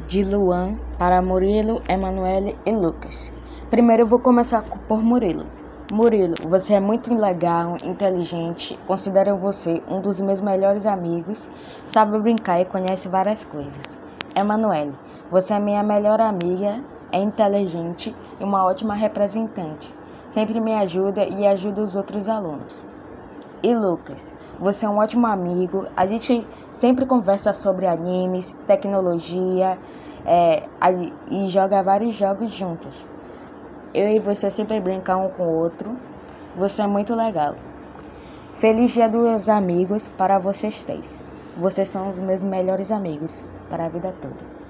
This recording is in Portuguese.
de Luan para Murilo, Emanuele e Lucas. Primeiro eu vou começar por Murilo. Murilo, você é muito legal, inteligente, considero você um dos meus melhores amigos, sabe brincar e conhece várias coisas. Emanuele, você é minha melhor amiga, é inteligente e uma ótima representante. Sempre me ajuda e ajuda os outros alunos. E Lucas, você é um ótimo amigo, a gente sempre conversa sobre animes, tecnologia e joga vários jogos juntos. Eu e você sempre brincamos um com o outro, você é muito legal. Feliz Dia dos Amigos para vocês três. Vocês são os meus melhores amigos para a vida toda.